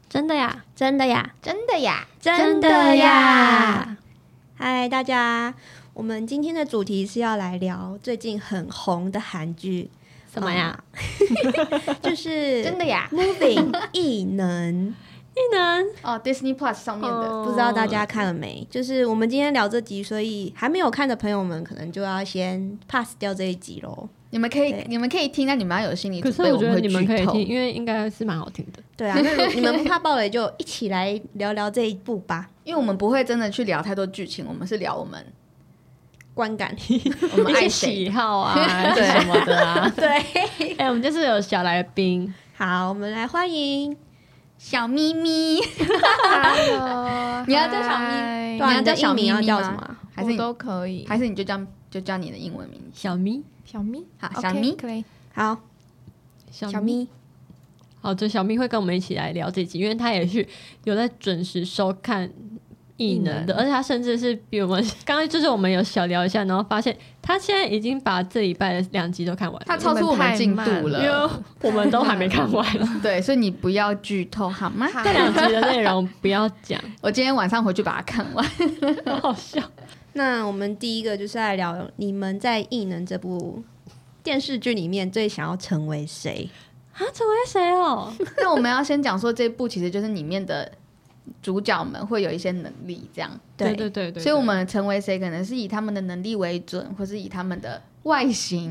真的呀， 真的呀， 真的呀， 真的呀！嗨，大家，我们今天的主题是要来聊最近很红的韩剧， 什么呀？ 就是真的呀 ，Moving 异能。 异能哦 ，Disney Plus 上面的， 不知道大家看了没？就是我们今天聊这集，所以还没有看的朋友们，可能就要先 pass 掉这一集咯。 你们可以听，但你们要有心理准备。 可是我觉得你们可以我听，因为应该是蛮好听的。 对啊，那你们不怕爆雷，就一起来聊聊这一部吧。 因为我们不会真的去聊太多剧情，我们是聊我们观感， 我们爱一些谁喜好啊，什么的啊。 对。 我们这次有小来宾， 好，我们来欢迎小咪咪。 Hello， 你要叫小咪， 对啊， 你要叫小咪咪你的艺名要叫吗什么？ 还是你都可以。 还是你就叫你的英文名字？ 小咪， 小咪， 好 OK， 小咪可以。 好，小咪。 好，这小咪会跟我们一起来聊这集，因为他也是有在准时收看异能的，而且他甚至是比我们刚刚就是我们有小聊一下，然后发现他现在已经把这礼拜的2集都看完了， 他超出我们进度因了， 为我们都还没看完。 对，所以你不要剧透好吗？ 这2集的内容不要讲， 我今天晚上回去把它看完， 好好笑。 那我们第一个就是来聊你们在《异能》这部电视剧里面最想要成为谁啊？成为谁哦？ 那我们要先讲说这部其实就是里面的主角们会有一些能力，这样对对对对， 所以我们成为谁可能是以他们的能力为准，或是以他们的外形。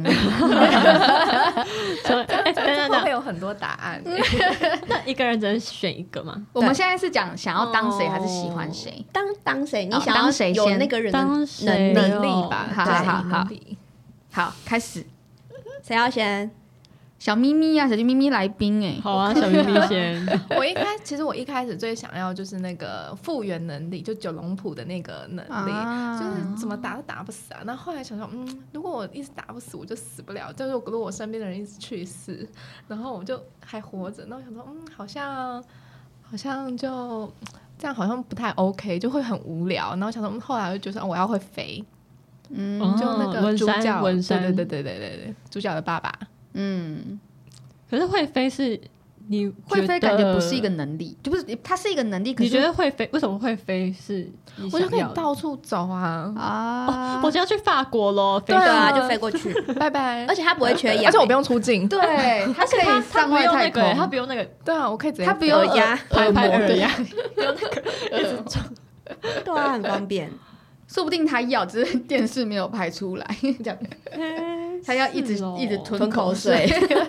这会有很多答案。 那一个人只能选一个吗？ 我们现在是讲想要当谁还是喜欢谁？ 当谁？你哦想要当谁先有那个人的当能谁力？ 能力吧， 好对好好能力好，开始。 谁要先？ 小咪咪啊，小咪咪来宾哎， 好啊，小咪咪先。 其实我一开始最想要就是那个复原能力，就九龙谱的那个能力，就是怎么打都打不死啊。那后来想说，如果我一直打不死，我就死不了。就是如果我身边的人一直去世，然后我就还活着，那我想说，好像就这样好像不太 OK， 就会很无聊。然后想说，后来我就觉得我要会飞，就那个主角， 文山， 对，主角的爸爸。 可是会飞是你会飞感觉不是一个能力，就不是它是一个能力。可是你觉得会飞？为什么会飞是你想要的？ 我就可以到处走啊！ 我就要去法国咯， 对啊，就飞过去， 拜拜。 而且他不会缺氧， 而且我不用出境。 对，他可以上外太空， 他不用那个， 对啊，我可以直接他不用拍耳压， 不用那个一直转， 对啊，很方便。 说不定他要，只是电视没有拍出来，这样他要一直吞口水，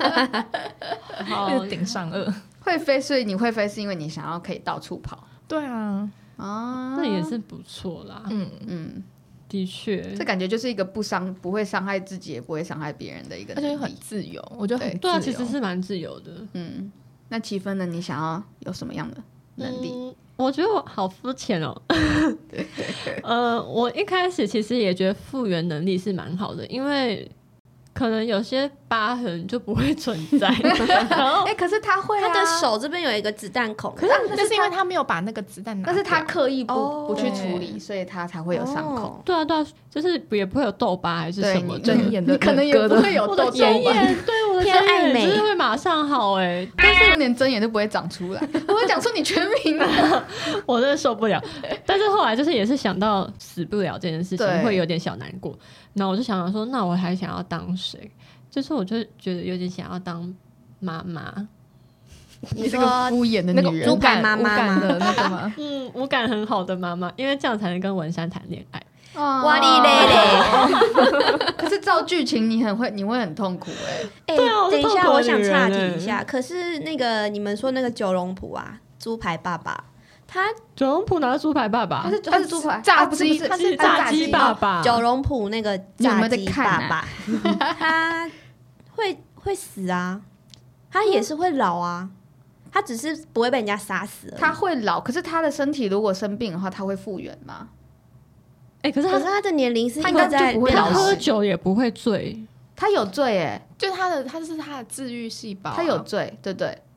一直顶上颚。 会飞，所以你会飞是因为你想要可以到处跑。 对啊， 那也是不错啦。的确， 这感觉就是一个不会伤害自己，也不会伤害别人的一个能力， 而且很自由。我觉得很对啊， 自由其实是蛮自由的。 那7分呢？你想要有什么样的能力？ 我觉得我好肤浅哦。我一开始其实也觉得复原能力是蛮好的，因为可能有些疤痕就不会存在。然后， 可是他会啊， 他的手这边有一个子弹孔， 那是因为他没有把那个子弹拿掉， 但是他刻意不去对处理，所以他才会有伤口。 对啊，就是也不会有痘疤还是什么的。 睁眼的， 你可能也不会有痘痘吧？ 对，我的偏爱美就是会马上好哎， 但是连睁眼都不会长出来。我会讲出你全名了， 我真的受不了。但是后来就是也是想到死不了这件事情， 对会有点小难过。然后我就想说，那我还想要当谁？就是我就觉得有点想要当妈妈。 你这个敷衍的那个女人， 猪感妈妈吗的那个吗？ 五感很好的妈妈，因为这样才能跟文山谈恋爱。 哇哩嘞嘞！ 可是照剧情你会很痛苦对啊我是等一下， 痛苦的我想岔女人题一下。可是那个你们说那个九龙谱啊，猪排爸爸，他九龙浦拿猪排爸爸， 他是猪排炸鸡， 不是他是炸鸡爸爸。 九龙谱那个你有没有在炸鸡看啊爸爸，他会死啊，他也是会老啊，他只是不会被人家杀死而已。 他会老，可是他的身体如果生病的话，他会复原吗？ 可是可是他的年龄是他应该在就不会老他喝死酒也不会醉。 他有罪就是他是他的治愈细胞啊， 他有罪，对不对？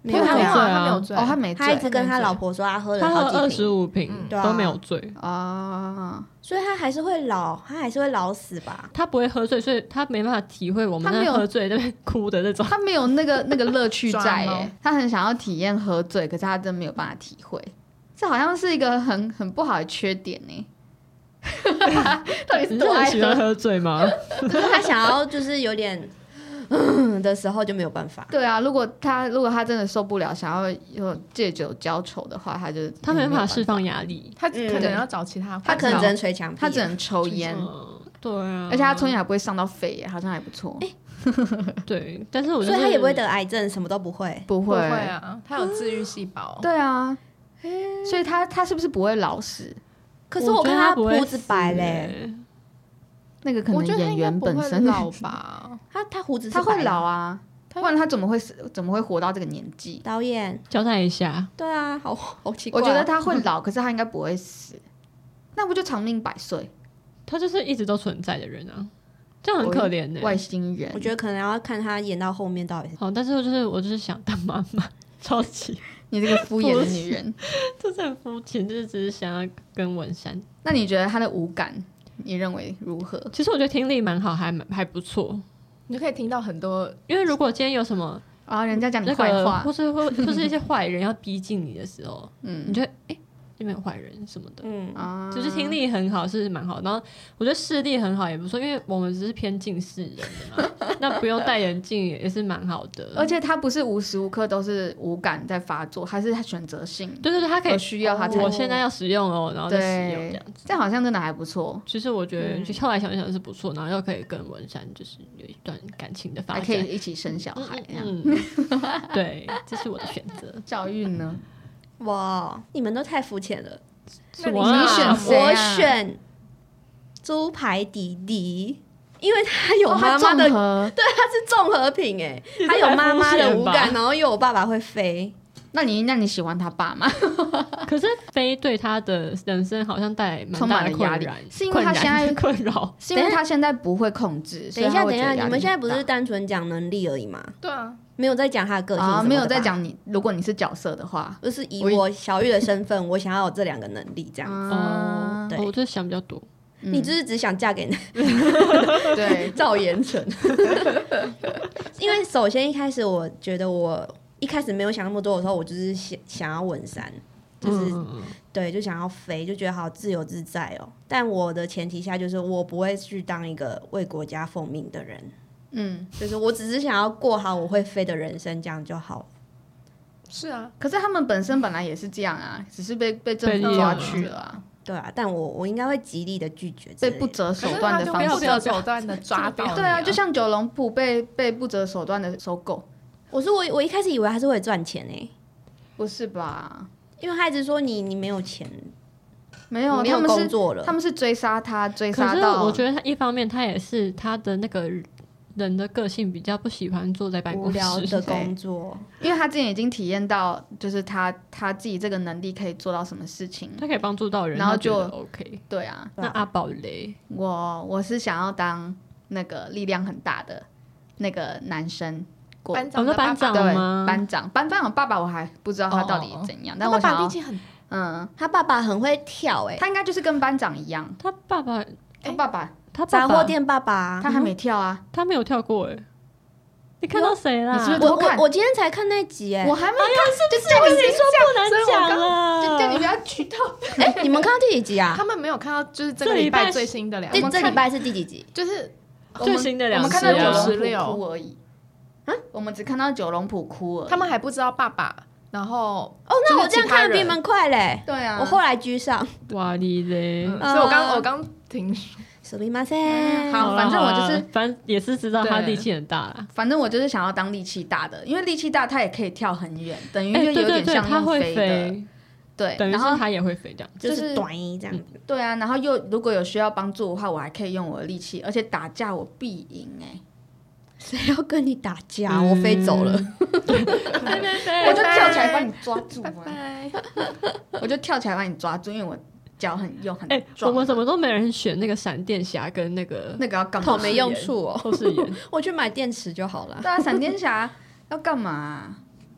没有他没有醉啊他没有醉哦，他没醉， 他一直跟他老婆说他喝了他喝好几瓶， 25瓶对啊都没有醉， 啊， 所以他还是会老死吧？ 他不会喝醉，所以他没办法体会我们他没有那喝醉在那边哭的那种。 他没有那个乐趣在抓耶猫， 他很想要体验喝醉，可是他真没有办法体会，这好像是一个很不好的缺点呢。到底是你是多爱很喜欢喝？ 喝醉吗？ 可是他想要就是有点的时候就没有办法。 对啊，如果他真的受不了，想要有借酒浇愁的话， 他没办法释放， 放压力。 他可能要找其他管道， 他可能只能捶墙壁， 他只能抽烟， 对啊， 而且他抽烟还不会伤到肺耶，好像还不错。 对，但是我所以他也不会得癌症，什么都不会。 不会不会啊，他有治愈细胞。 对啊，所以他是不是不会老死？ 可是我看他不会胡子白嘞， 欸， 那个可能我觉得他演员应该不会本身老吧？ 他胡子是他会白的老啊，不然他怎么会活到这个年纪？ 导演， 交代一下， 对啊，好奇怪哦。 我觉得他会老，可是他应该不会死，那不就长命百岁？ 他就是一直都存在的人啊，这样很可怜呢。 外星人， 我觉得可能要看他演到后面到底是。 好，但是我就是想当妈妈，超级你这个敷衍的女人。 就是很肤浅，就是只是想要跟文山。 那你觉得他的五感，你认为如何？ 其实我觉得听力蛮好，还不错。 你就可以听到很多， 因为如果今天有什么啊，人家讲你那个， 坏话或，是一些坏人要逼近你的时候，你就会这边有坏人什么的， 啊， 就是听力很好是蛮好，然后我觉得视力很好也不错，因为我们只是偏近视人的嘛，那不用戴眼镜也是蛮好的。 而且他不是无时无刻都是五感在发作，还是他选择性， 对，他可以有需要他才我现在要使用哦，然后再使用这样子。 这样好像真的还不错， 其实我觉得，后来想想是不错，然后又可以跟文山就是有一段感情的发展， 还可以一起生小孩。 对，这是我的选择。 教育呢？ 哇，你们都太肤浅了。 什么啊？ 你选谁啊我选猪排弟弟，因为他有妈妈的， 他综合对，他是综合品哎，他有妈妈的五感，然后又有爸爸会飞。 那你喜欢他爸吗？ 可是飞对他的人生好像带来蛮大的充满了压力困扰， 是因为他现在困扰。 是因为他现在不会控制。 等一下， 所以他会觉得压力你们现在不是很大单纯讲能力而已吗？ 对啊， 没有在讲他的个性什么的吧， 没有在讲你，如果你是角色的话， 就是以我小玉的身份，我想要有这两个能力，这样子。 啊对我就想比较多。 你就是只想嫁给对， 赵延成，因为首先一开始我觉得我一开始没有想那么多的时候，我就是想要稳山，就是、对，就想要飞，就觉得好自由自在哦。但我的前提下就是我不会去当一个为国家奉命的人，就是我只是想要过好我会飞的人生，这样就好。 是啊， 可是他们本身本来也是这样啊，只是被政府抓去了啊， 对啊，但我应该会极力的拒绝之类的， 被不择手可是段他就不的方式。 择手段的抓到你对啊，就像九龙埔被不择手段的收购， 我一开始以为他是会赚钱不是吧？ 因为他一直说你没有钱， 没有， 你没有他们是工作了， 他们是追杀他，追可是杀到。 我觉得他一方面他也是他的那个人的个性比较不喜欢坐在办公无聊室的工作。 因为他之前已经体验到，就是他自己这个能力可以做到什么事情。 他可以帮助到人， 然后就他觉得 OK。 对啊， 那阿宝嘞？ 我是想要当那个力量很大的那个男生。 班我说班长的爸爸对， 长吗？ 班长爸爸我还不知道他到底怎样，但他我想要爸爸力气很， 他爸爸很会跳他应该就是跟班长一样。 他爸爸， 他爸爸杂他爸爸货店爸爸。 他还没跳啊， 他没有跳过哎。你看到谁啦？ 你是不是我今天才看那集我还没看，就叫你不能讲就叫你了。 不要剧透。 你们看到第几集啊？ 他们没有看到，就是这这礼拜个礼拜最新的两集， 这礼拜是第几集？ 就是最新的我两集们看到啊九龙埔 16 哭而已。我们只看到九龙埔哭而已。 他们还不知道爸爸，然后哦，那我这样看的比你就是其他人们快嘞。 对啊， 我后来居上。 哇你嘞！ 所以我刚听说， すみません。 好反正我就是反正也是知道他对力气很大啦。 反正我就是想要当力气大的，因为力气大他也可以跳很远，等于哎， 就有点对对对，他会像用飞的。 飞， 对， 等于然后是他也会飞这样。 就是短一这样子。 对啊，然后又如果有需要帮助的话，我还可以用我的力气，而且打架我必赢谁要跟你打架？我飞走了。 对对对， 我就跳起来把你抓住啊！ 拜， 我就跳起来把你抓住，因为我脚很用很哎， 壮。 我们怎么都没人选那个闪电侠跟那个那个要干嘛？ 好没用处哦。 后视眼。 我去买电池就好了。 对啊，闪电侠要干嘛啊？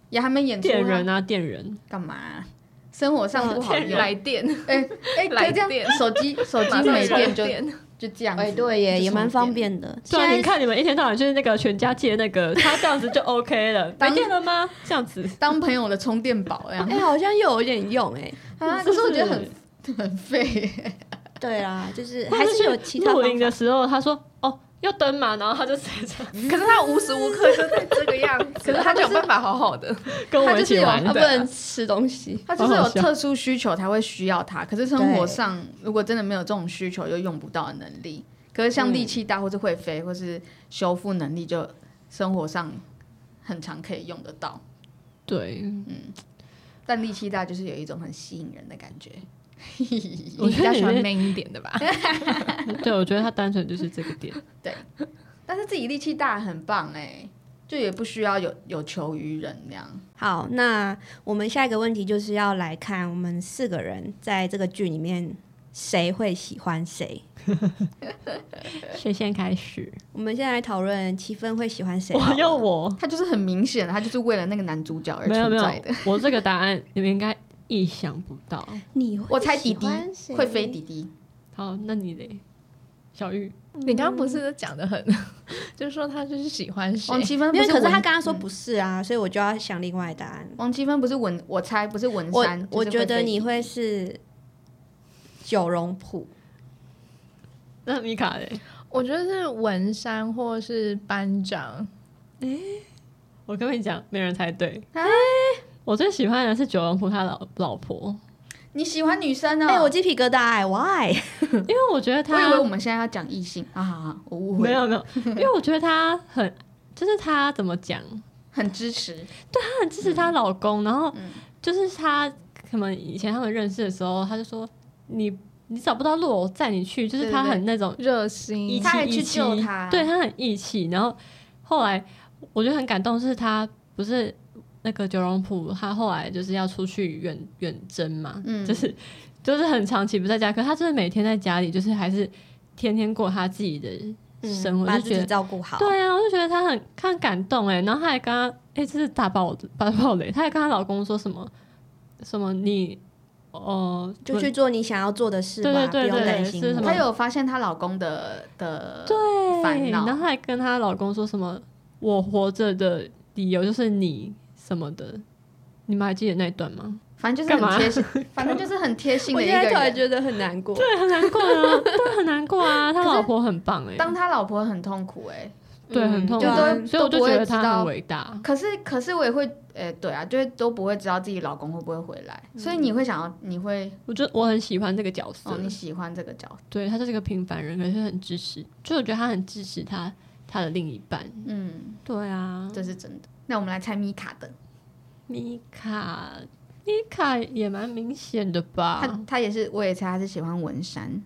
也还没演出电人啊，电人干嘛啊、生活上不好用， 来电， 可以这样，手机没电就这样子， 对耶， 就也蛮充电方便的。 对啊， 现在你看你们一天到晚就是那个全家借那个，他这样子就 OK 了。没电了吗？这样子， 当朋友的充电宝那样。 好像又有点用哎。 可是我觉得很废耶。 对啦，就是还是有其他露方法。 营的时候，他说哦要灯嘛，然后他就直接这样可是他无时无刻就在这个样子，可是他就有办法好好的。 跟我们一起玩他不能吃东西， 他就是有特殊需求才会需要它，可是生活上如果真的没有这种需求，又用不到的能力。可是像力气大或是会飞或是修复能力，就生活上很常可以用得到。 对， 但力气大就是有一种很吸引人的感觉。 我比较喜欢 man 一点的吧。 对，我觉得他单纯就是这个点。 对，但是自己力气大很棒哎，就也不需要有求于人那样。 好，那我们下一个问题就是要来看我们4个人在这个剧里面谁会喜欢谁。 谁先开始？ 我们现在来讨论7分会喜欢谁。 我他就是很明显，他就是为了那个男主角而存在的。 我这个答案你们应该意想不到。 我猜弟弟喜欢谁会飞弟弟。 好，那你嘞，小玉？ 你刚刚不是讲的很，就是说他就是喜欢谁？ 王奇芬因为可是他刚刚刚说不是啊，所以我就要想另外的答案。 王奇芬不是我猜不是文山， 我觉得你会会是九龙埔。 那米卡嘞？ 我觉得是文山或是班长。 我跟你讲，没人猜对。我最喜欢的是九龙埔他老婆， 你喜欢女生哦？ 我鸡皮疙瘩哎 ，Why？ 因为我觉得他， 我以为我们现在要讲异性啊，我误会。 没有，因为我觉得他很，就是他怎么讲， 很支持， 她很支持她老公，然后就是他可能以前他们认识的时候，他就说你找不到路，我载你去，就是他很那种热心， 他还去救他， 对他很义气。然后后来我觉得很感动，是他不是那个九龙埔，他后来就是要出去远征嘛，就是很长期不在家，可是他就是每天在家里，就是还是天天过他自己的生活， 把自己就觉得照顾好。 对啊，我就觉得他很感动哎，然后他还跟他这是大爆雷，他还跟她老公说什么你就去做你想要做的事吧， 对不用担心我。 她有发现她老公的对烦恼， 然后她还跟她老公说什么我活着的理由就是你什么的，你们还记得那一段吗？ 反正就是很贴心，反正就是很贴心的一个人。 我现在突然觉得很难过， 对，很难过啊，对，很难过啊。他老婆很棒哎， 当他老婆很痛苦哎， 对，很痛苦，所以我就觉得他很伟大。 可是我也会对啊，就是都不会知道自己老公会不会回来，所以你会想要， 我觉得我很喜欢这个角色， 你喜欢这个角色， 对，他就是个平凡人，可是很支持，就我觉得他很支持他的另一半。对啊， 这是真的。那我们来猜米卡的， 米卡也蛮明显的吧？ 他也是，我也猜他是喜欢文山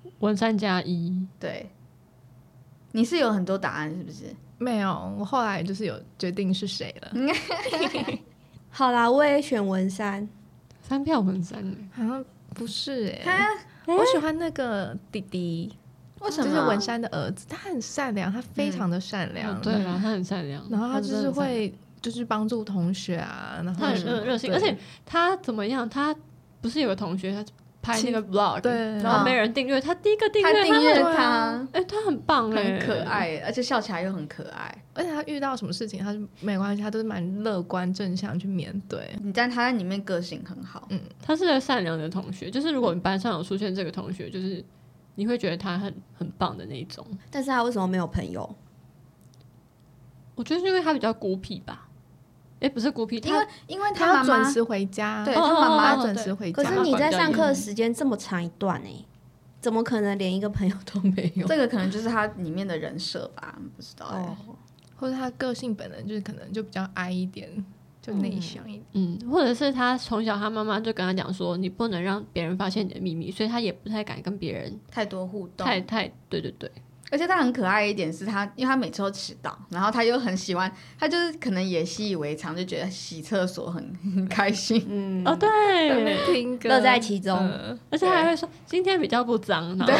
+1。 对，你是有很多答案是不是？ 没有，我后来就是有决定是谁了。 好啦，我也选文山 ，3票文山好像不是我喜欢那个弟弟。 为什么？ 就是文山的儿子，他很善良，他非常的善良。 对啦，他很善良， 然后他就是会就是帮助同学啊，然后他很热心，而且他怎么样？他不是有个同学他拍那个 vlog， 对，然后没人订阅，他第一个订阅他， 他很棒很可爱，而且笑起来又很可爱， 而且他遇到什么事情他就没关系，他都是蛮乐观正向去面对。 他在里面个性很好， 他是个善良的同学，就是如果你班上有出现这个同学，就是你会觉得他很棒的那一种。 但是他为什么没有朋友？ 我觉得是因为他比较孤僻吧。不是孤僻， 因为他妈妈准时回家， 对，他妈妈准时回家。 可是你在上课的时间这么长一段怎么可能连一个朋友都没有？ 这个可能就是他里面的人设吧，不知道或者他个性本能就是可能就比较哀一点，就内向一点。或者是他从小他妈妈就跟他讲说，你不能让别人发现你的秘密，所以他也不太敢跟别人太多互动。 对。 而且他很可爱一点是他，因为他每次都迟到，然后他又很喜欢，他就是可能也习以为常，就觉得洗厕所很开心。 哦，对， 听歌乐在其中， 而且他还会说今天比较不脏，然后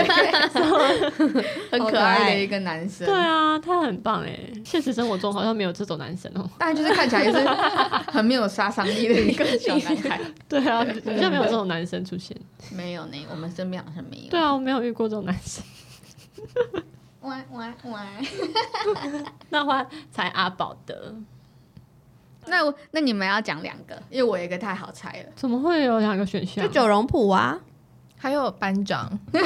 很可爱的一个男生。 对啊，他很棒哎，现实生活中好像没有这种男生哦。 当然就是看起来也是很没有杀伤力的一个小男孩。 对啊，好像没有这种男生出现。 没有呢，我们身边好像没有。 对啊，我没有遇过这种男生。 歪。 那换猜阿宝的， 那你们要讲2个，因为我有一个太好猜了。 怎么会有2个选项？ 就九龙埔啊， 还有班长，对，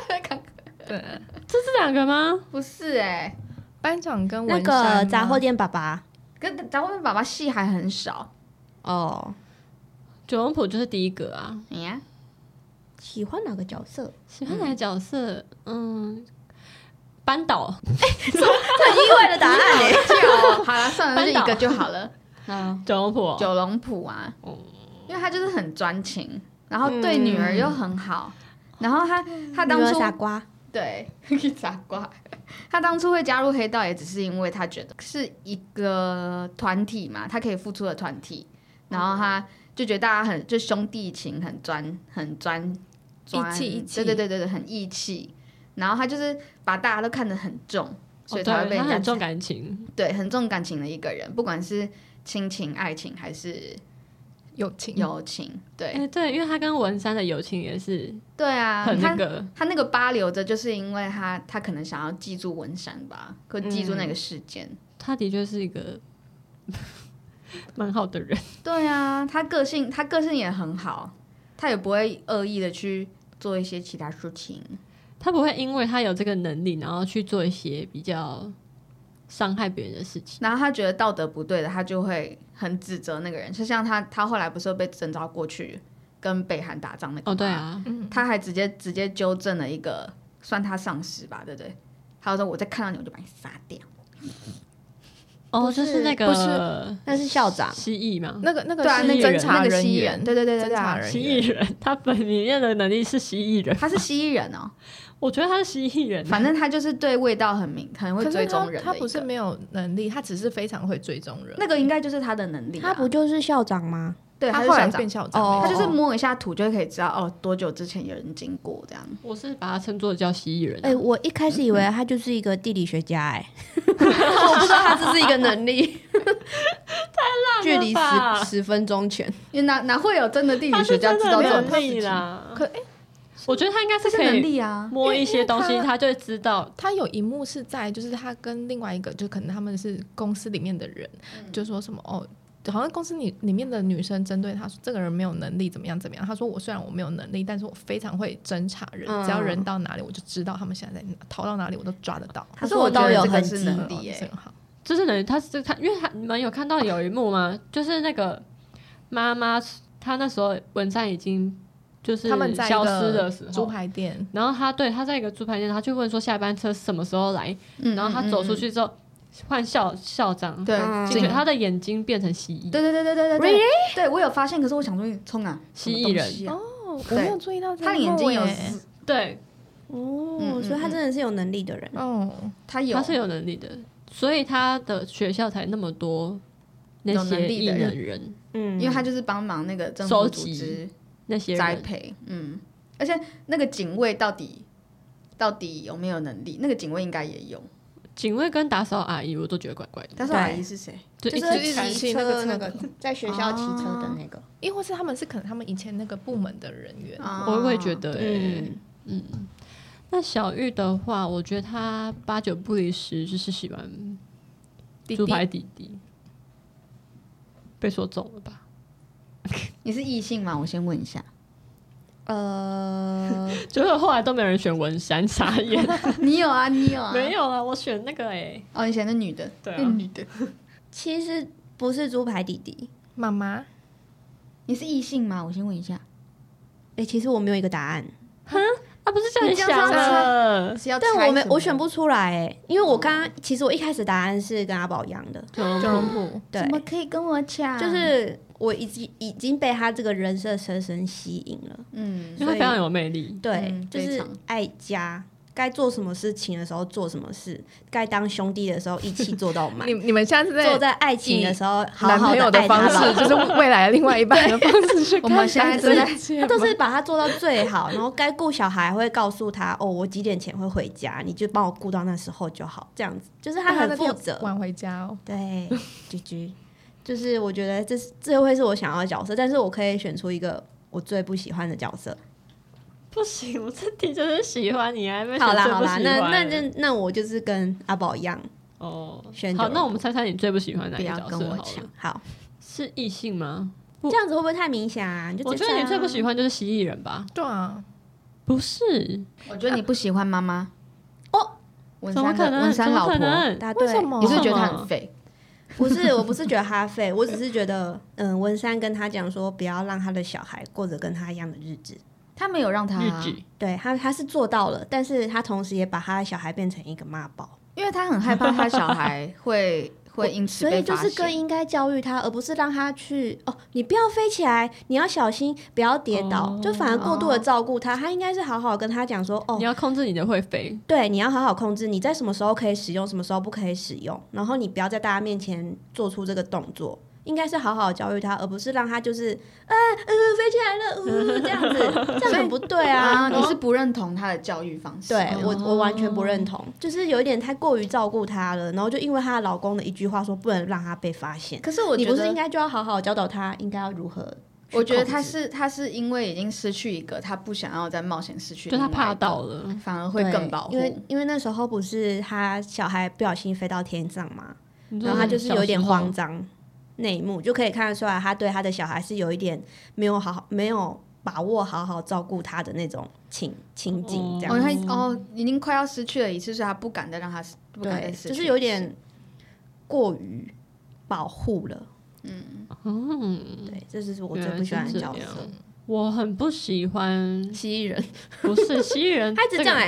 这是2个吗？ 不是班长跟那文山个杂货店爸爸跟杂货店爸爸戏还很少。 哦。 九龙埔就是第一个啊。 你呀？ 喜欢哪个角色？ 喜欢哪个角色？班导。 这很意外的答案哎。 好了，算了，就一个就好了。 九龙埔。 九龙埔啊，因为他就是很专情，然后对女儿又很好，然后他当女儿初傻瓜， 对傻瓜，他当初会加入黑道也只是因为他觉得是一个团体嘛，他可以付出的团体，然后他就觉得大家就兄弟情很专， 义气， 对，很义气。然后他就是把大家都看得很重，所以才会被人家他很重感情， 对，很重感情的一个人，不管是亲情、爱情还是友情，对， 对，因为他跟文山的友情也是对啊， 很那个， 他那个疤留着，就是因为他可能想要记住文山吧，或记住那个事件。 他的确是一个蛮好的人。 对啊，他个性也很好，他也不会恶意的去做一些其他事情。 他不会因为他有这个能力，然后去做一些比较伤害别人的事情。 然后他觉得道德不对的，他就会很指责那个人。就像他后来不是被征召过去跟北韩打仗那个？ 哦，对啊， 他还直接纠正了一个算他上司吧，对不对？他说我再看到你我就把你杀掉。 哦，就是那个， 不是，那是校长蜥蜴嘛？ 那个对啊，那个侦查人员， 对， 侦查人员， 蜥蜴人，他本里面的能力是蜥蜴人， 他是蜥蜴人哦。 我觉得他是蜥蜴人， 反正他就是对味道很会追踪人的。 他不是没有能力，他只是非常会追踪人。 那个应该就是他的能力。 他不就是校长吗？ 对， 他后来是变校长， 他就是摸一下土就可以知道哦，多久之前有人经过这样。 我是把他称作叫蜥蜴人。 哎，我一开始以为他就是一个地理学家，哎，我不知道他这是一个能力。太距离10分钟前， 哪会有真的地理学家知道这种能力啦？ 可我觉得他应该是可以摸一些东西，他就会知道。 他有一幕是在，就是他跟另外一个，就可能他们是公司里面的人，就说什么哦，好像公司里面的女生针对他说这个人没有能力怎么样。他说我虽然我没有能力，但是我非常会侦查人，只要人到哪里我就知道他们现在在哪，逃到哪里我都抓得到。 他说我都有痕迹能力耶，很好。 这是能力，因为你们有看到有一幕吗？就是那个妈妈，她那时候文山已经就是他们在消失的时候， 猪排店， 然后他在一个猪排店，他去问说下班车什么时候来，然后他走出去之后换校长， 对， 进去他的眼睛变成蜥蜴， 对，对我有发现，可是我想说冲啊， 蜥蜴人哦，我没有注意到他的眼睛有对哦，所以他真的是有能力的人哦， 他是有能力的。所以他的学校才那么多那些艺能人， 因为他就是帮忙那个政府组织那些栽培，而且那个警卫到底有没有能力？那个警卫应该也有。 警卫跟打扫阿姨我都觉得怪怪的。 打扫阿姨是谁？ 就是骑车那个，在学校骑车的那个， 亦或是他们是可能他们以前那个部门的人员， 我会觉得，那小玉的话，我觉得他8、9不离10，就是喜欢猪排弟弟，被说中了吧？ 你是异性吗？我先问一下。 结果后来都没有人选文山，傻眼。 你有啊？ 没有啊，我选那个哦，你选那女的， 对啊， 女的。 其实不是猪排弟弟， 妈妈。 你是异性吗？我先问一下。 其实我没有一个答案。 不是叫你想的， 但我选不出来因为我其实我一开始答案是跟阿宝一样的， 九龙埔， 对， 怎么可以跟我抢？ 就是我已经被他这个人设深深吸引了， 因为他非常有魅力， 对，就是爱家该做什么事情的时候做什么事，该当兄弟的时候一起做到满。 你们现在是在做在爱情的时候好好男朋友的爱他方式，就是未来的另外一半的方式去我们现在看待正在这一切吗他都是把他做到最好，然后该顾小孩会告诉他哦，我几点前会回家，你就帮我顾到那时候就好，这样子就是他很负责。 晚回家哦。 对，居居，就是我觉得这会是我想要的角色，但是我可以选出一个我最不喜欢的角色。 不行，我这题就是喜欢你，还没好啦好啦， 选最不喜欢那我就是跟阿宝一样哦。 选好， 九那我们猜猜你最不喜欢哪不要一个角色好了跟我抢。 好， 是异性吗？ 这样子会不会太明显啊？你就我觉得你最不喜欢欢就是蜥蜴人吧？ 对啊， 不是， 我觉得你不喜欢妈妈哦， 文山的怎么可能？怎么文山老婆， 可能？ 答对。 为什么？ 你是觉得为什么他很废？ 不是，我不是觉得他废，我只是觉得，文山跟他讲说，不要让他的小孩过着跟他一样的日子。 他没有让他、 日剧对他是做到了，但是他同时也把他的小孩变成一个妈宝， 因为他很害怕他小孩会因此所以被发现。 就是更应该教育他，而不是让他去你不要飞起来，你要小心，不要跌倒，就反而过度的照顾他。他应该是好好跟他讲说， 你要控制你的会飞。 对，你要好好控制，你在什么时候可以使用，什么时候不可以使用，然后你不要在大家面前做出这个动作。应该是好好教育他，而不是让他就是飞起来了，这样子，这样很不对啊！ 你是不认同他的教育方式？ 对我完全不认同，就是有一点太过于照顾他了，然后就因为她的老公的一句话说不能让他被发现。 可是我觉得你不是应该就要好好教导他应该要如何去控制？ 我觉得他是因为已经失去一个，他不想要再冒险失去， 就他怕到了， 反而会更保护。 因为那时候不是他小孩不小心飞到天上嘛，然后他就是小有点时候慌张。那一幕就可以看得出来，他对他的小孩是有一点没有把握好好照顾他的那种情景，这样子。 已经快要失去了一次，所以他不敢再让他不敢再失去， 就是有点过于保护了。对，这是我最不喜欢的角色。 我很不喜欢蜥蜴人， 不是蜥蜴人， 他一直这样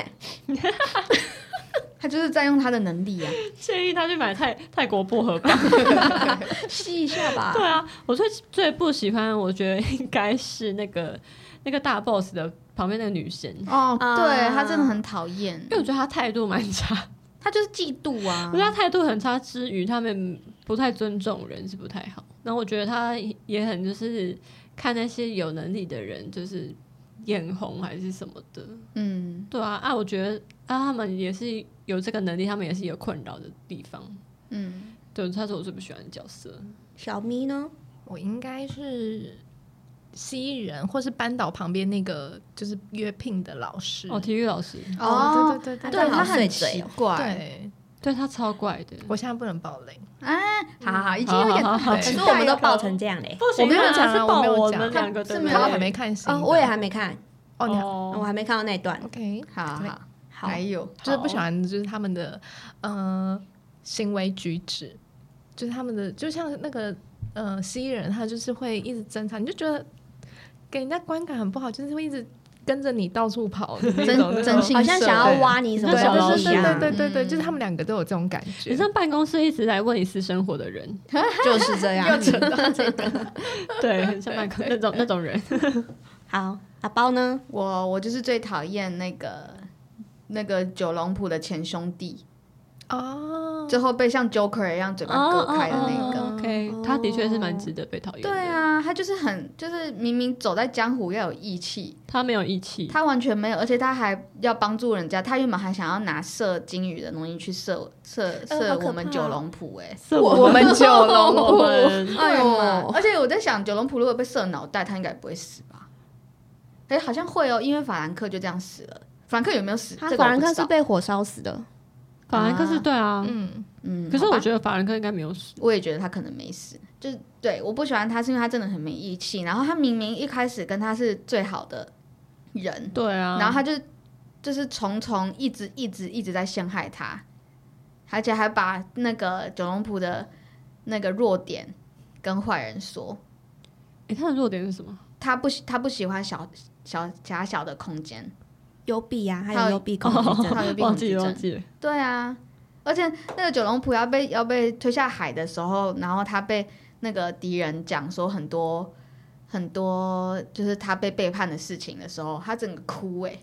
他就是在用他的能力啊， 建议他去买泰国薄荷棒吸一下吧。 对啊，我最不喜欢，我觉得应该是那个大 boss 的旁边那个女生。 对他真的很讨厌， 因为我觉得他态度蛮差， 他就是嫉妒啊。 我觉得他态度很差之余，他们不太尊重人是不太好。然后我觉得他也很就是看那些有能力的人就是眼红还是什么的。对啊，我觉得他们也是有这个能力，他们也是有困扰的地方。对，他是我最不喜欢的角色。 小咪呢？ 我应该是蜥蜴人，或是班导旁边那个就是约聘的老师。 体育老师。 对， 对他很奇怪， 对他超怪的。 我现在不能爆雷。 好，已经有点， 可是我们都爆成这样嘞。 不行， 我没有讲才是爆我我没有讲们两个，对不对？ 他还没看新的。 我也还没看。 哦， 我还没看到那段。 OK， 好，还有就是不喜欢就是他们的行为举止，就是他们的就像那个蜥蜴人，他就是会一直侦查，你就觉得给人家观感很不好，就是会一直跟着你到处跑的那种， 真心好像想要挖你什么小老鼠对，就是他们两个都有这种感觉。 你上办公室一直来问你私生活的人， 就是这样。 对，很像办公那种人。 好，阿包呢？ 我就是最讨厌那个九龙浦的前兄弟最后被像 Joker 一样嘴巴割开的那个。 OK，他的确是蛮值得被讨厌的。 对啊，他就是就是明明走在江湖要有义气， 他没有义气， 他完全没有，而且他还要帮助人家。他原本还想要拿射金鱼的东西去射我们九龙浦， 我们九龙浦， 哎呦！而且我在想，九龙浦如果被射脑袋，他应该不会死吧？好像会因为法兰克就这样死了。法兰克有没有死？ 法兰克是被火烧死的。 法兰克是对啊，可是我觉得法兰克应该没有死。 我也觉得他可能没死，就是对，我不喜欢他是因为他真的很没义气，然后他明明一开始跟他是最好的人， 对啊， 然后他就是一直在陷害他，而且还把那个九龙浦的那个弱点跟坏人说。 他的弱点是什么？ 他不喜欢狭小的空间。 幽闭啊，还有幽闭恐惧症， 忘记了。 对啊，而且那个九龙浦要被推下海的时候，然后他被那个敌人讲说很多就是他被背叛的事情的时候，他整个哭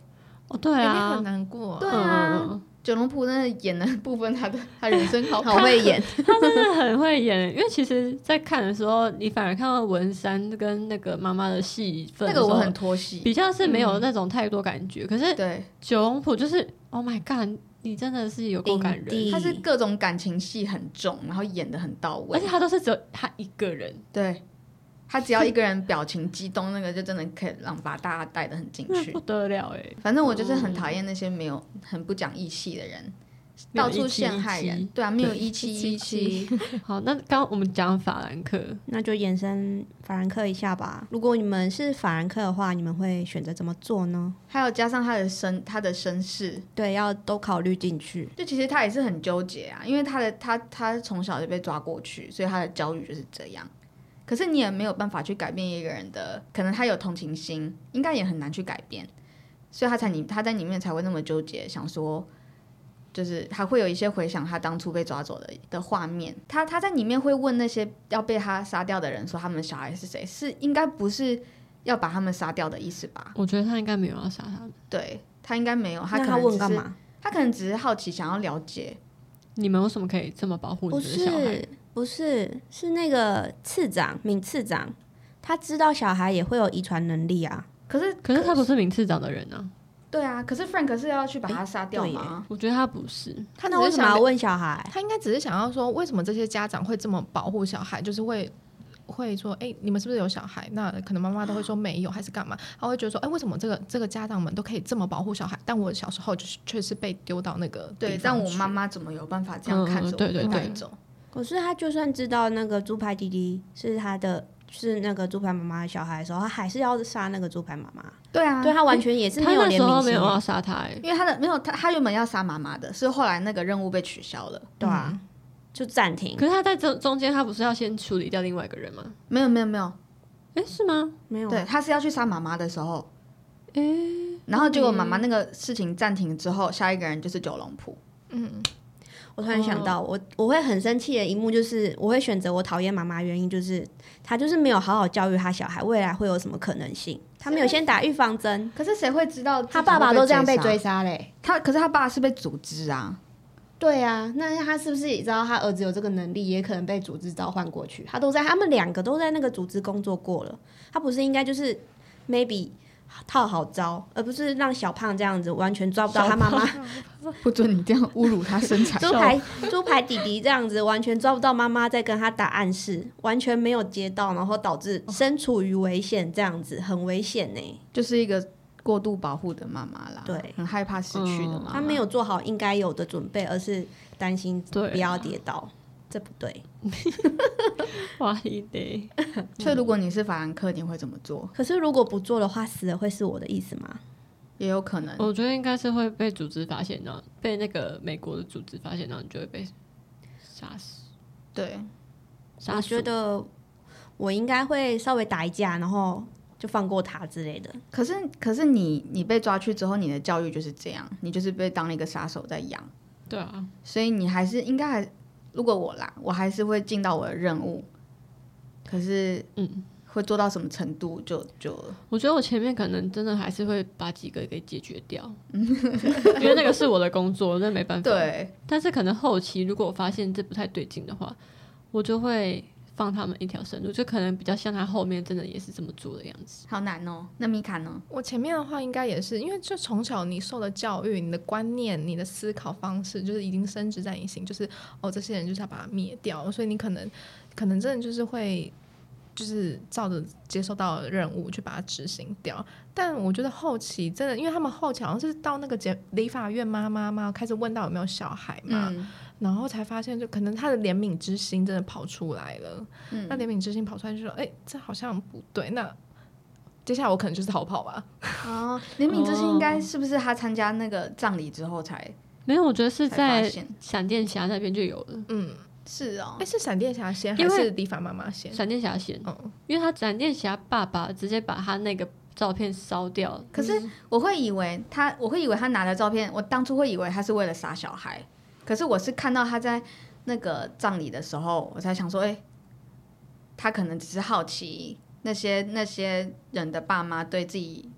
哦，对一定啊很，难过。 对啊， 嗯九龙浦那演的部分，他人生好好会演， 他真的很会演，因为其实，在看的时候，你反而看到文山跟那个妈妈的戏份的时候， 那个我很拖戏， 比较是没有那种太多感觉。可是对， 九龙浦就是 ，Oh my God，你真的是有够感人， 影帝他是各种感情戏很重，然后演的很到位而且，他都是只有他一个人。 对。他只要一个人表情激动，那个就真的可以把大家带得很进去那不。得了哎！ 反正我就是很讨厌那些很不讲义气的人， 没有到处陷害人。 1717 对啊，没有对 1717。 好，那刚刚我们讲法兰克， 那就延伸法兰克一下吧。如果你们是法兰克的话，你们会选择怎么做呢？ 还有加上他的身世， 对，要都考虑进去。 就其实他也是很纠结啊，因为他从小就被抓过去，所以他的教育就是这样。可是你也没有办法去改变一个人的，可能他有同情心，应该也很难去改变，所以他在里面才会那么纠结，想说，就是还会有一些回想他当初被抓走的画面。他在里面会问那些要被他杀掉的人说他们的小孩是谁，是应该不是要把他们杀掉的意思吧？ 我觉得他应该没有要杀他们。 对他应该没有， 那他可能只是问干嘛？ 他可能只是好奇，想要了解。 你们为什么可以这么保护不你们的小孩？ 是，不是，是那个闵次长，他知道小孩也会有遗传能力啊。 可是他不是闵次长的人啊， 对啊，可是 Frank 是要去把他杀掉吗？ 我觉得他不是。 他那为什么要问小孩？ 他应该只是想要说，为什么这些家长会这么保护小孩，就是会说，哎、你们是不是有小孩？那可能妈妈都会说没有，还是干嘛？他会觉得说，哎、为什么这个家长们都可以这么保护小孩，但我小时候就是却是被丢到那个对， 地方去但我妈妈怎么有办法这样看着我对对对带走？ 可是他就算知道那个猪排弟弟是那个猪排妈妈的小孩的时候，他还是要杀那个猪排妈妈。 对啊， 对他完全也是他没有怜那时候悯心的。 没有要杀他哎、 因为他原本要杀妈妈的，是后来那个任务被取消了。 对啊，就暂停。 可是他在中间，他不是要先处理掉另外一个人吗？ 没有， 哎、是吗？ 没有， 对，他是要去杀妈妈的时候， 哎、 然后结果妈妈那个事情暂停之后，下一个人就是九龙浦。 我突然想到，我会很生气的一幕就是，我会选择我讨厌妈妈，原因就是他就是没有好好教育他小孩未来会有什么可能性，他没有先打预防针。 可是谁会知道他爸爸都这样被追杀？ 杀嘞。 可是他爸是被组织啊。 对啊，那他是不是也知道他儿子有这个能力，也可能被组织召唤过去？他们两个都在那个组织工作过了，他不是应该就是 maybe 套好招，而不是让小胖这样子完全抓不到他妈妈。 不准你这样侮辱他身材。 猪排弟弟这样子完全抓不到妈妈在跟他打暗示，完全没有接到，然后导致身处于危险，这样子很危险呢。 就是一个过度保护的妈妈啦， 对， 很害怕失去的妈妈。 他没有做好应该有的准备，而是担心对啊不要跌倒，这不对。 哇一得， 所以如果你是法兰克，你会怎么做？ 可是如果不做的话，死了会是我的意思吗？ 也有可能。 我觉得应该是会被组织发现，然后被那个美国的组织发现，然后你就会被杀死。 对， 我杀死觉得我应该会稍微打一架，然后就放过他之类的。 可是你被抓去之后，你的教育就是这样，你就是被当了一个杀手在养， 对啊， 所以你还是应该还，如果我啦，我还是会尽到我的任务。可是，会做到什么程度就我觉得我前面可能真的还是会把几个给解决掉，因为那个是我的工作，那没办法。 对， 但是可能后期如果我发现这不太对劲的话，我就会放他们一条生路，就可能比较像他后面真的也是这么做的样子。 好难哦。那米卡呢？ 我前面的话应该也是，因为就从小你受的教育、你的观念、你的思考方式，就是已经深植在你心，就是这些人就是要把它灭掉，所以你可能真的就是会就是照着接受到的任务去把它执行掉。但我觉得后期真的，因为他们后期好像是到那个理法院妈开始问到有没有小孩嘛，然后才发现就可能他的怜悯之心真的跑出来了。那怜悯之心跑出来就说，这好像不对，那接下来我可能就是逃跑吧。 哦，怜悯之心应该是不是他参加那个葬礼之后才没有，我觉得是在发现闪电侠那边就有了。 是哦？ 是闪电侠先因为还是理发妈妈先？ 闪电侠先，因为他闪电侠爸爸直接把他那个照片烧掉。 可是我会以为他拿的照片，我当初会以为他是为了杀小孩，可是我是看到他在那个葬礼的时候，我才想说，他可能只是好奇那些人的爸妈对自己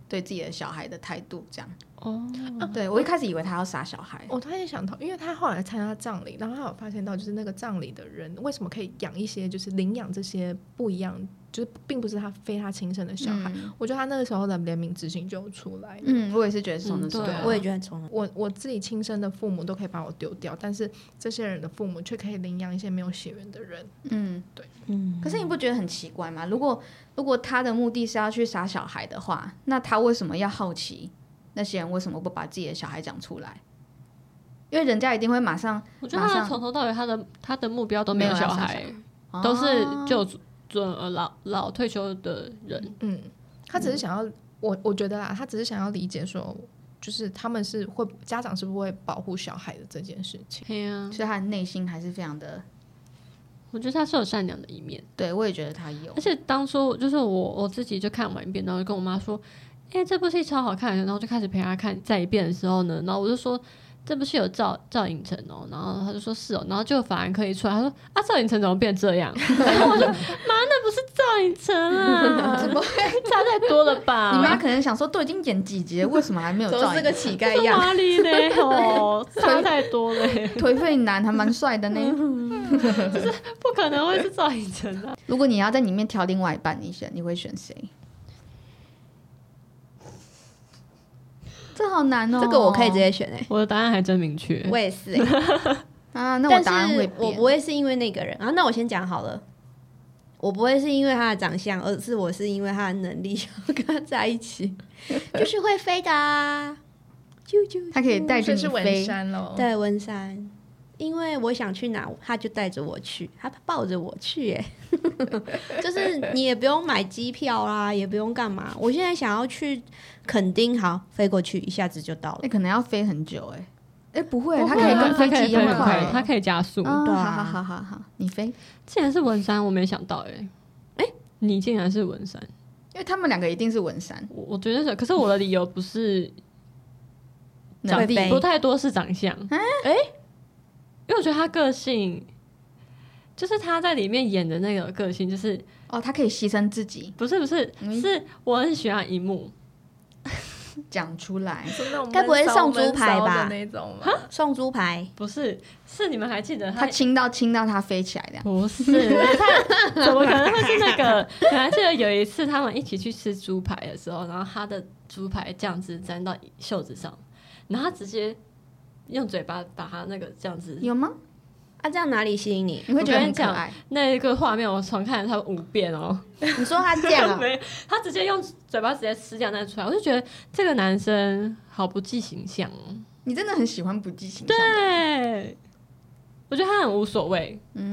对自己的小孩的态度这样。 哦， 对我一开始以为他要杀小孩， 我突然想到，因为他后来参加葬礼，然后他有发现到，就是那个葬礼的人为什么可以养一些，就是领养这些不一样，就是并不是非他亲生的小孩。我觉得他那个时候的怜悯之心就有出来。 我也是觉得是从那时候， 对啊我也觉得从我自己亲生的父母都可以把我丢掉，但是这些人的父母却可以领养一些没有血缘的人。对， 可是你不觉得很奇怪吗？如果他的目的是要去杀小孩的话，那他为什么要好奇那些人为什么不把自己的小孩讲出来？因为人家一定会马上， 我觉得他从头到尾他的目标都没有小孩，都是就准老退休的人。 他只是想要，我觉得啦，他只是想要理解说，就是他们家长是不是会保护小孩的这件事情。 对啊， 所以他的内心还是非常的， 我觉得他是有善良的一面。 对我也觉得他有。 而且当初就是我自己就看完一遍，然后就跟我妈说，这部戏超好看的，然后就开始陪她看再一遍的时候呢，然后我就说这部戏有赵寅成哦，然后他就说是哦，然后就反而可以出来，他说赵寅成怎么变这样？然后我说妈，那不是赵寅成啊，怎么会差太多了吧？ 你妈可能想说都已经演几集了，为什么还没有赵寅成？ 都是个乞丐样， 哪里嘞？哦，差太多嘞， 颓废男还蛮帅的呢。 就是不可能会是赵寅成啊。 如果你要在里面挑另外一半，你会选谁？这好难哦， 这个我可以直接选我的答案还真明确。 我也是啊，那我但答案会是我变。 不会是因为那个人啊。那我先讲好了，我不会是因为他的长相，而是我是因为他的能力想要跟他在一起，就是会飞的啊，啾啾， 他可以带着这是文你飞， 山咯。 对文山，因为我想去哪，他就带着我去，他抱着我去，耶，就是你也不用买机票啦，也不用干嘛。我现在想要去垦丁，好，飞过去一下子就到了。 可能要飞很久不会， 不会啊它可以跟飞机一样它可以快， 它可以加速。 哦对啊好，你飞， 竟然是文山，我没想到你竟然是文山， 因为他们两个一定是文山， 我觉得是，可是我的理由不是能力飞不太多是长相，因为我觉得他个性，就是他在里面演的那个个性，就是他可以牺牲自己不是是我很喜欢一幕， 讲出来， 是那种该不会是送猪排吧闷骚的那种吗？ 送猪排， 不是你们还记得他亲到他飞起来的， 不是，他怎么可能会是那个？我还记得有一次他们一起去吃猪排的时候，然后他的猪排酱汁沾到袖子上，然后他直接用嘴巴把他那个酱汁有吗？ 啊，这样哪里吸引你？ 你会觉得我跟你讲很可爱？ 那个画面我重看了他5遍哦。 你说他这样啊？ 没有，他直接用嘴巴直接吃掉那出来，我就觉得这个男生好不计形象哦。 你真的很喜欢不计形象的， 对，我觉得他很无所谓，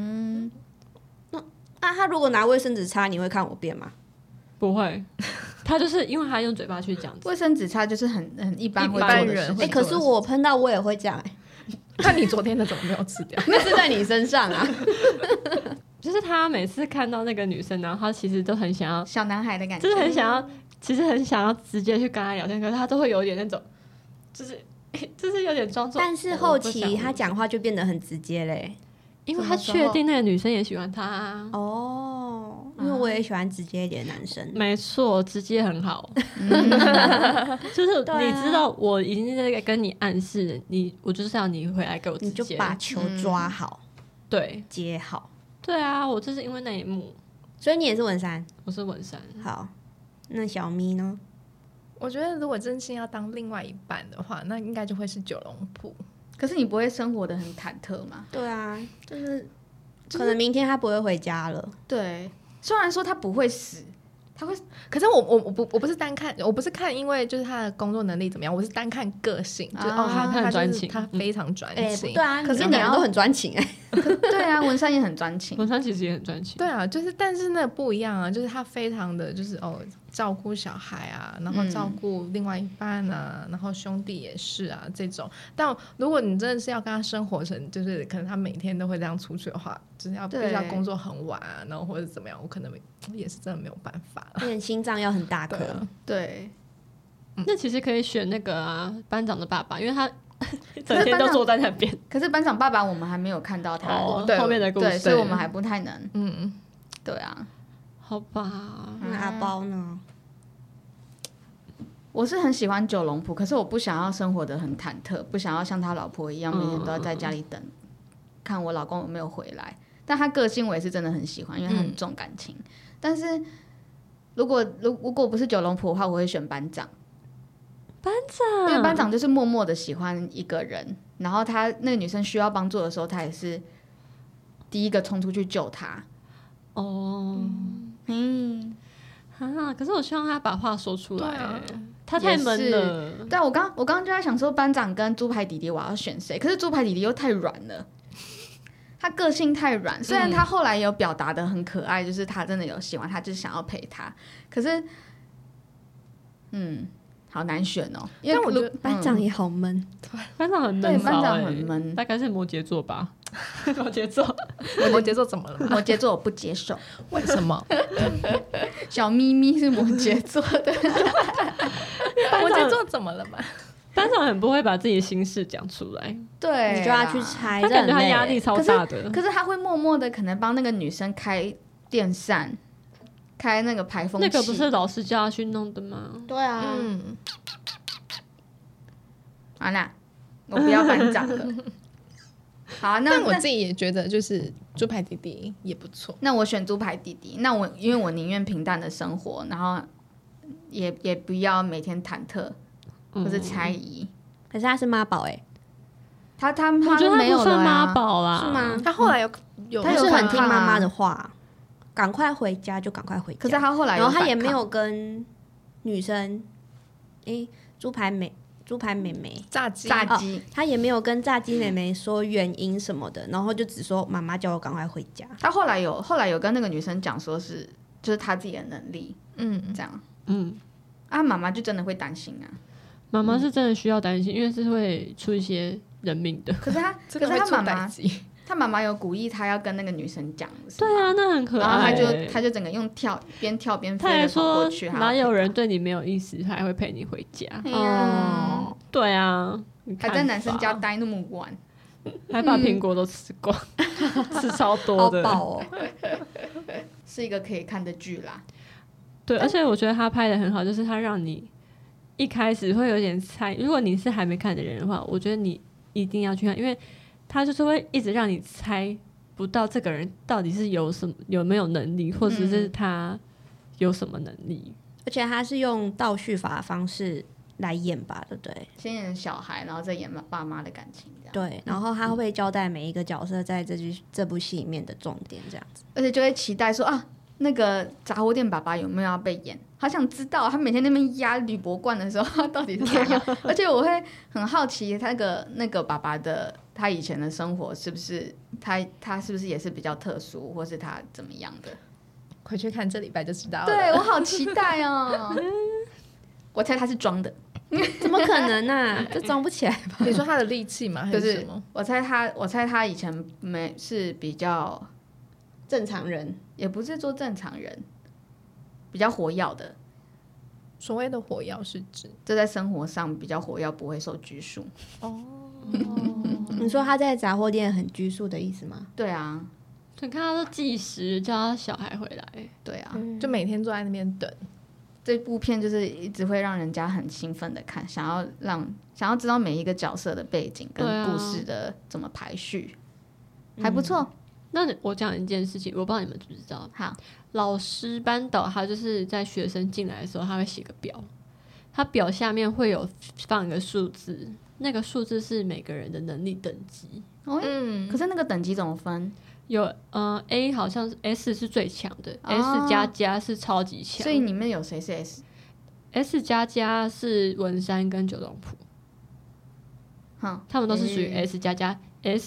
啊，他如果拿卫生纸擦，你会看我变吗？ 不会，他就是因为他用嘴巴去讲， 卫生纸擦就是很一般会一般做的事情人会可是我喷到我也会这样， 那你昨天的怎么没有吃掉？ 那是在你身上啊。 就是他每次看到那个女生，然后他其实都很想要， 小男孩的感觉， 就是很想要，其实很想要直接去跟他聊天，可是他都会有点那种，就是有点装作。 但是后期他讲话就变得很直接嘞。 因为他确定那个女生也喜欢他啊。 哦，因为我也喜欢直接一点的男生。 没错，直接很好。就是你知道，我已经在跟你暗示我就是要你回来给我直你接， 就把球抓好， 对接好。 对啊，我就是因为那一幕， 所以你也是文山。 我是文山。 好，那小咪呢？ 我觉得如果真心要当另外一半的话，那应该就会是九龙埔。 可是你不会生活的很忐忑吗？ 对啊，就是可能明天他不会回家了。 对，虽然说他不会死，他会， 可是我不是单看，我不是看因为就是他的工作能力怎么样，我是单看个性，就是他很专情他非常专情。 对啊， 可是你要你们都很专情对啊，文山也很专情， 文山其实也很专情。 对啊，就是但是那不一样啊，就是他非常的就是照顾小孩啊，然后照顾另外一半啊，然后兄弟也是啊这种。但如果你真的是要跟他生活成，就是可能他每天都会这样出去的话，就是必须要工作很晚啊，然后或者怎么样，我可能也是真的没有办法。 有点心脏要很大颗。 对， 那其实可以选那个班长的爸爸，因为他整天都坐在那边。 可是班长爸爸我们还没有看到他后面的故事， 对，所以我们还不太能。对啊， 好吧。 那阿包呢？ 我是很喜欢九龙埔，可是我不想要生活的很忐忑，不想要像他老婆一样每天都要在家里等，看我老公有没有回来。但他个性我也是真的很喜欢，因为他很重感情。但是如果不是九龙埔的话，我会选班长。因为班长就是默默的喜欢一个人，然后他那个女生需要帮助的时候，他也是第一个冲出去救她。 可是我希望他把话说出来，他太闷了。 对，我刚刚就在想说，班长跟猪排弟弟我要选谁？可是猪排弟弟又太软了，他个性太软。虽然他后来有表达的很可爱，就是他真的有喜欢他，就是想要陪他。可是，好难选哦。因为我觉得班长也好闷， 班长很闷， 对，班长很闷， 大概是摩羯座吧。摩羯座怎么了？ 摩羯座我不接受， 为什么？ 小咪咪是摩羯座的， 摩羯座怎么了嘛？ 班长很不会把自己的心事讲出来， 对， 你就要去猜， 他感觉他压力超大的。 可是他会默默的可能帮那个女生开电扇，开那个排风器， 那个不是老师叫他去弄的吗？ 对啊， 好啦，我不要班长了。好， 但我自己也觉得就是猪排弟弟也不错。 那我选猪排弟弟，因为我宁愿平淡的生活，然后也不要每天忐忑或是猜疑。 可是他是妈宝他我觉得他没有不算了妈宝啦， 是吗？ 他后来他是很听妈妈的话，赶快回家就赶快回家。 可是他后来， 然后他也没有跟女生，猪排妹妹炸鸡， 他也没有跟炸鸡妹妹说原因什么的，然后就只说妈妈叫我赶快回家。 他后来有跟那个女生讲说就是他自己的能力，这样，妈妈就真的会担心啊。 妈妈是真的需要担心，因为是会出一些人命的。 可是他妈妈有鼓励他要跟那个女生讲， 对啊，那很可爱。 然后他就整个用边跳边飞的跑过去。 哪有人对你没有意思，他还会陪你回家？对啊， 还在男生家待那么晚， 还把苹果都吃光，吃超多的， 好饱哦。 是一个可以看的剧啦。 对，而且我觉得他拍的很好，就是他让你一开始会有点猜，如果你是还没看的人的话，我觉得你一定要去看，因为他就是会一直让你猜不到这个人到底是有没有能力，或者是他有什么能力。 而且他是用倒叙法的方式来演吧，对不对？ 先演小孩，然后再演爸妈的感情，这样。 对，然后他会交代每一个角色在这部戏里面的重点，这样子。 而且就会期待说那个杂货店爸爸有没有要被演？好想知道他每天那边压铝箔罐的时候，他到底是怎样？而且我会很好奇，那个爸爸的他以前的生活是不是他是不是也是比较特殊，或是他怎么样的？ 回去看这礼拜就知道了。 对，我好期待哦！我猜他是装的。 怎么可能啊？这装不起来吧？ 你说他的力气吗？还是什么？ 我猜他以前是比较正常人， 也不是说正常人，比较活跃的。 所谓的火药是指就在生活上比较活跃，不会受拘束。 你说他在杂货店很拘束的意思吗？ 对啊， 你看他都计时叫他小孩回来， 对啊， 就每天坐在那边等。 这部片就是一直会让人家很兴奋的看，想要知道每一个角色的背景跟故事的怎么排序，还不错。 那我讲一件事情，我不知道你们知不知道。 好， 老师班导他就是在学生进来的时候，他会写个表，他表下面会有放一个数字，那个数字是每个人的能力等级。 可是那个等级怎么分？ 有A 好像是 S 是最强的，S 加加是超级强， 所以里面有谁是 S 加加是文山跟九龙埔，他们都是属于 S 加加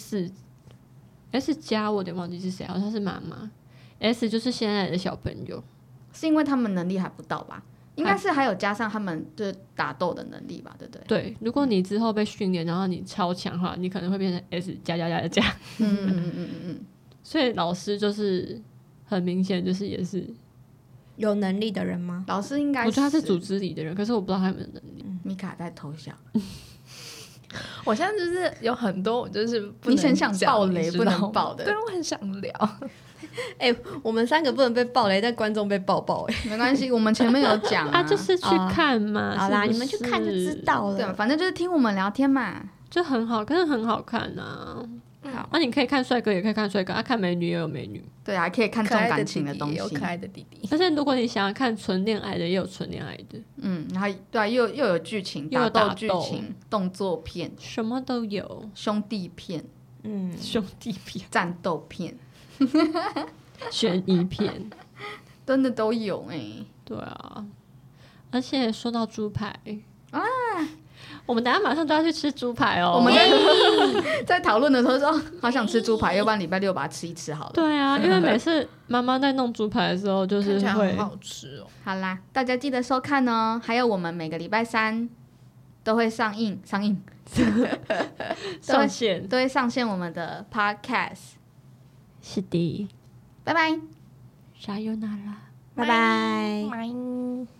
，S 加我有点忘记是谁，好像是妈妈。S 就是现在的小朋友， 是因为他们能力还不到吧？应该是还有加上他们就是打斗的能力吧，对不对？ 对，如果你之后被训练，然后你超强的话，你可能会变成 S 加加加加。所以老师就是很明显就是也是有能力的人吗？ 老师应该我觉得他是组织里的人，可是我不知道他有没有能力。 米卡在偷笑。 我现在就是有很多我就是不能你很想讲爆雷不能爆的， 对，我很想聊。 我们3个不能被爆雷，但观众被爆没关系，我们前面有讲啊，就是去看嘛。 好啦， 是不是你们去看就知道了。 对，反正就是听我们聊天嘛， 就很好，真的很好看啊。 好， 你可以看帅哥，也可以看帅哥，看美女也有美女。 对啊，还可以看重感情的东西， 也有可爱的弟弟。 而且如果你想要看纯恋爱的，也有纯恋爱的。 然后对啊，又有剧情， 又有打斗剧情，动作片， 什么都有， 兄弟片， 兄弟片、 战斗片， 悬疑片， 真的都有对啊，而且说到猪排啊，我们等一下马上就要去吃猪排哦。 我们在讨论的时候说，好想吃猪排，要不然礼拜六把它吃一吃好了。 对啊，因为每次妈妈在弄猪排的时候，就是看起来会很好吃哦。 好啦，大家记得收看哦。还有我们每个礼拜3都会上线都会上线我们的 podcast。 是的， 拜拜， 加油那拉。 拜拜。 拜。